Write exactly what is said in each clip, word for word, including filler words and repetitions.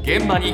現場に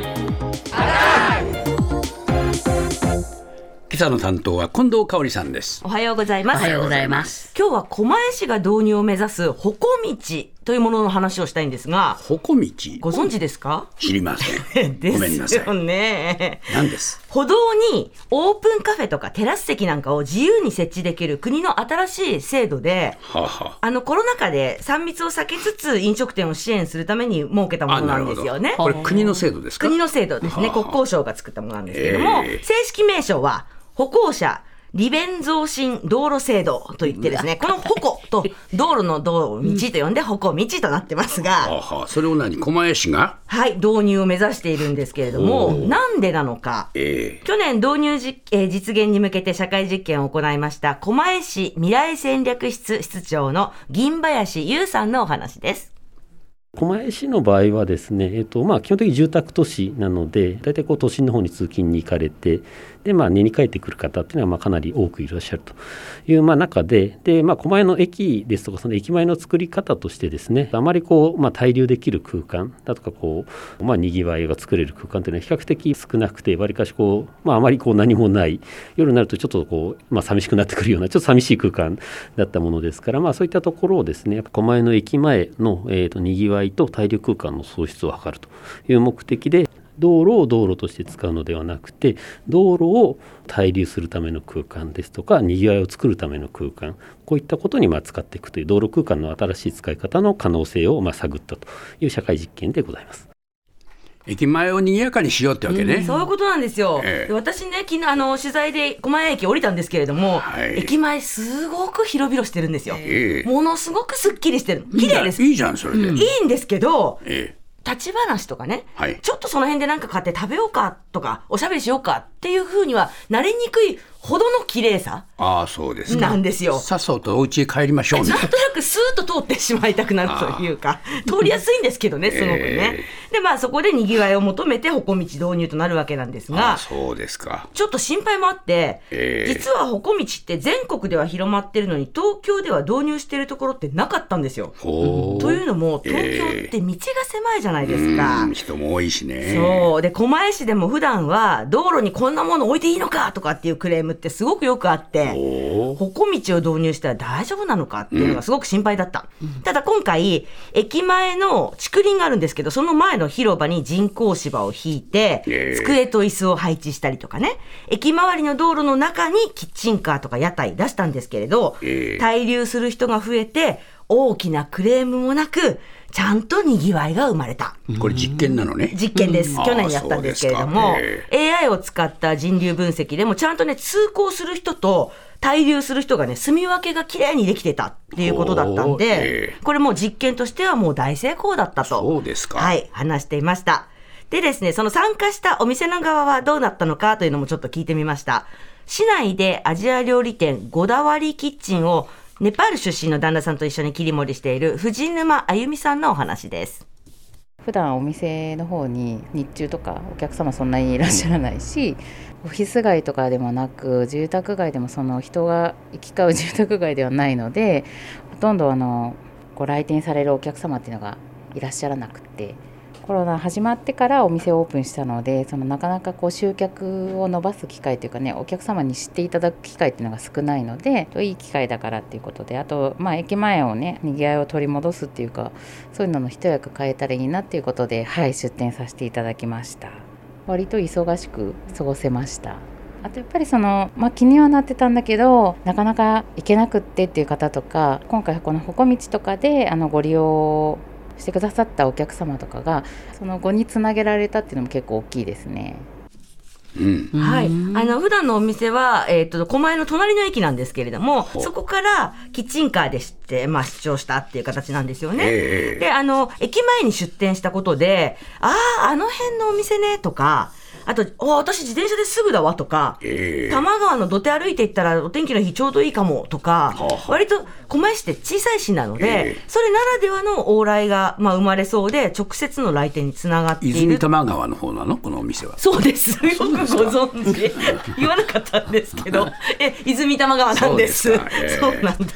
今朝の担当は近藤香織さんです。 おはようございます。 おはようございます。 今日は狛江市が導入を目指すほこ道というものの話をしたいんですが、 ほこ道ご存知ですか？ 知りませんですよね。 ごめんなさい。何です？ 歩道にオープンカフェとかテラス席なんかを自由に設置できる国の新しい制度で、 はあはあ、 あのコロナ禍でさん密を避けつつ飲食店を支援するために設けたものなんですよね。 これ国の制度ですか？国の制度ですね。 はあはあ、 国交省が作ったものなんですけども、 えー、 正式名称は歩行者利便増進道路制度といってですね、この歩行と道路の道路と呼んで歩行道となってますが、 はあはあ、それを何、狛江市がはい導入を目指しているんですけれども、なんでなのか、 えー、 去年導入じ、えー、実現に向けて社会実験を行いました狛江市未来戦略室室長の銀林優さんのお話です。 狛江市の場合はですね、えっとまあ、基本的に住宅都市なので、大体こう都心の方に通勤に行かれて、でまあ、寝に帰ってくる方っていうのはまあかなり多くいらっしゃるというまあ中で、でまあ、狛江の駅ですとか、その駅前の作り方としてですね、あまりこう、まあ、滞留できる空間だとかこう、まあ、にぎわいが作れる空間というのは比較的少なくて、わりかしこう、まあ、あまりこう何もない、夜になるとちょっとこう、まあ、寂しくなってくるような、ちょっと寂しい空間だったものですから、まあ、そういったところをですね、狛江の駅前の、えーと、にぎわいと滞留空間の創出を図るという目的で、道路を道路として使うのではなくて、道路を滞留するための空間ですとか、にぎわいを作るための空間、こういったことにまあ使っていくという道路空間の新しい使い方の可能性をまあ探ったという社会実験でございます。 駅前を賑やかにしようってわけね、 うん、そういうことなんですよ、 えー、 私ね、昨日あの取材で狛江駅降りたんですけれども、はい、駅前すごく広々してるんですよ、えー、ものすごくすっきりしてる、綺麗です。 いいじゃんそれで、うん、 いいんですけど、 えー立ち話とかね、はい、ちょっとその辺で何か買って食べようかとかおしゃべりしようかっていう風にはなりにくいほどの綺麗さなんですよ。 さっそうとお家へ帰りましょうね。 なんとなくスーッと通ってしまいたくなるというか、通りやすいんですけどね、すごくね、えー、でまあそこでにぎわいを求めてほこ道導入となるわけなんですが、 あそうですか。 ちょっと心配もあって、 えー、 実はほこ道って全国では広まってるのに東京では導入してるところってなかったんですよ。というのも東京って道が狭いじゃないですか、 えー、人も多いしね。 そうで、狛江市でも普段は道路にこんなもの置いていいのかとかっていうクレームってすごくよくあって、ほこ道を導入したら大丈夫なのかっていうのがすごく心配だった、うん、ただ今回駅前の竹林があるんですけど、その前の広場に人工芝を引いて、えー、机と椅子を配置したりとかね、駅周りの道路の中にキッチンカーとか屋台出したんですけれど、えー、滞留する人が増えて大きなクレームもなくちゃんとにぎわいが生まれた。 これ実験なのね。 実験です。去年やったんですけれども、エーアイ を使った人流分析でもちゃんとね、通行する人と滞留する人がね、住み分けがきれいにできてたっていうことだったんで、これもう実験としてはもう大成功だったと、 そうですか、 はい、話していました。でですね、その参加したお店の側はどうなったのかというのもちょっと聞いてみました。市内でアジア料理店ごだわりキッチンをネパール出身の旦那さんと一緒に切り盛りしている藤沼あゆみさんのお話です。 普段お店の方に日中とかお客様そんなにいらっしゃらないし、オフィス街とかでもなく住宅街でもその人が行き交う住宅街ではないので、ほとんどあのご来店されるお客様っていうのがいらっしゃらなくて、コロナ始まってからお店をオープンしたので、そのなかなかこう集客を伸ばす機会というかね、お客様に知っていただく機会っていうのが少ないので、いい機会だからっていうことで、あとまあ駅前をね、にぎわいを取り戻すっていうか、そういうのの一役変えたらいいなっていうことで、はい、出店させていただきました。割と忙しく過ごせました。あとやっぱりその、まあ、気にはなってたんだけどなかなか行けなくってっていう方とか、今回このほこ道とかであのご利用してくださったお客様とかがその後につなげられたっていうのも結構大きいですね。 うん、 はい、あの普段のお店は、えー、と狛江の隣の駅なんですけれども、そこからキッチンカーでして、まあ、出張したっていう形なんですよね、えー、であの駅前に出店したことで、あああの辺のお店ねとか、あと私自転車ですぐだわとか、えー、多摩川の土手歩いていったらお天気の日ちょうどいいかもとか、はあ、割と狛江市って小さい市なので、えー、それならではの往来が、まあ、生まれそうで直接の来店につながっている。 泉多摩川の方なのこのお店は。 そうです、よくご存知言わなかったんですけどえ泉多摩川なんです。そう、えー、そうなんです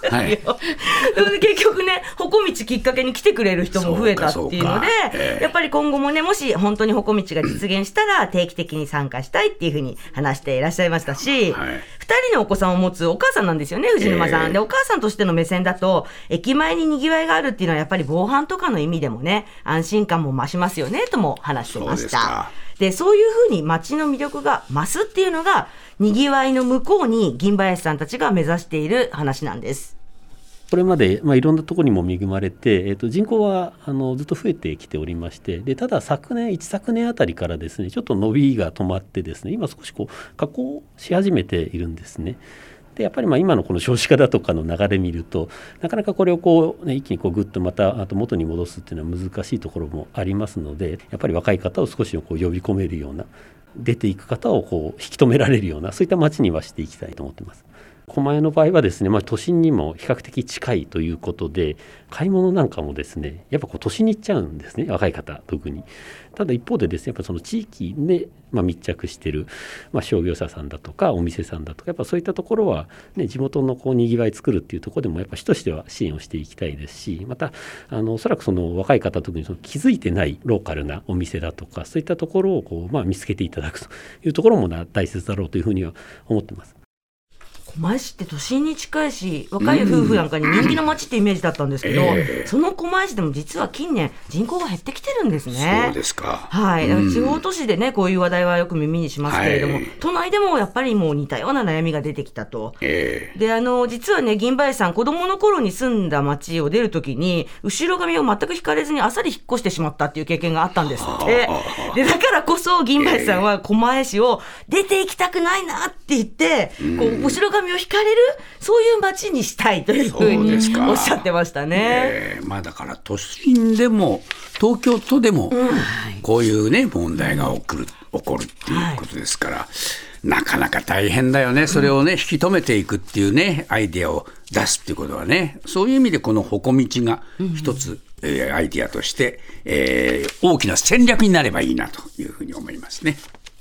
はい、 結局ね、ほこみちきっかけに来てくれる人も増えたっていうので、えー、やっぱり今後もね、もし本当にほこみちが実現したら定期的に参加したいっていうふうに話していらっしゃいましたし、はい、ふたりのお子さんを持つお母さんなんですよね、藤沼さん、えー、でお母さんとしての目線だと、駅前ににぎわいがあるっていうのはやっぱり防犯とかの意味でもね、安心感も増しますよねとも話してました。で、そういうふうに街の魅力が増すっていうのが、にぎわいの向こうに銀林さんたちが目指している話なんです。 これまで、まあ、いろんなところにも恵まれて、えー、と人口はあのずっと増えてきておりまして、でただ昨年一昨年あたりからですね、ちょっと伸びが止まってですね、今少しこう下降し始めているんですね。でやっぱりまあ今のこの少子化だとかの流れ見ると、なかなかこれをこう、ね、一気にこうグッとまたあと元に戻すっていうのは難しいところもありますので、やっぱり若い方を少しこう呼び込めるような、出ていく方をこう引き止められるような、そういった街にはしていきたいと思っています。狛江の場合はですね、まあ、都心にも比較的近いということで、買い物なんかもですね、やっぱこう都心に行っちゃうんですね、若い方特に。ただ一方でですね、やっぱその地域で、まあ、密着している、まあ、商業者さんだとかお店さんだとか、やっぱそういったところは、ね、地元のこうにぎわい作るっていうところでもやっぱ市としては支援をしていきたいですし、またあのおそらくその若い方、特にその気づいてないローカルなお店だとか、そういったところをこう、まあ、見つけていただくというところもな大切だろうというふうには思っています。 狛江市って都心に近いし、若い夫婦なんかに人気の街ってイメージだったんですけど、えー、その狛江市でも実は近年人口が減ってきてるんですね。 そうですか。 はい、地方都市でね、こういう話題はよく耳にしますけれども、はい、都内でもやっぱりもう似たような悩みが出てきたと。えー、で、あの実はね、銀林さん子供の頃に住んだ町を出るときに後ろ髪を全く引かれずにあっさり引っ越してしまったっていう経験があったんですって。で、だからこそ銀林さんは狛江市を出て行きたくないなって言って、こう後ろ髪を引かれる、そういう街にしたいというふうにおっしゃってましたね。 えーまあ、だから都心でも東京都でもこういうね、問題が起こる、起こるっていうことですから、はい、なかなか大変だよね。それをね、引き止めていくっていうね、アイデアを出すっていうことはね、そういう意味でこのほこみちが一つ、うんえー、アイデアとして、えー、大きな戦略になればいいなというふうに思いますね。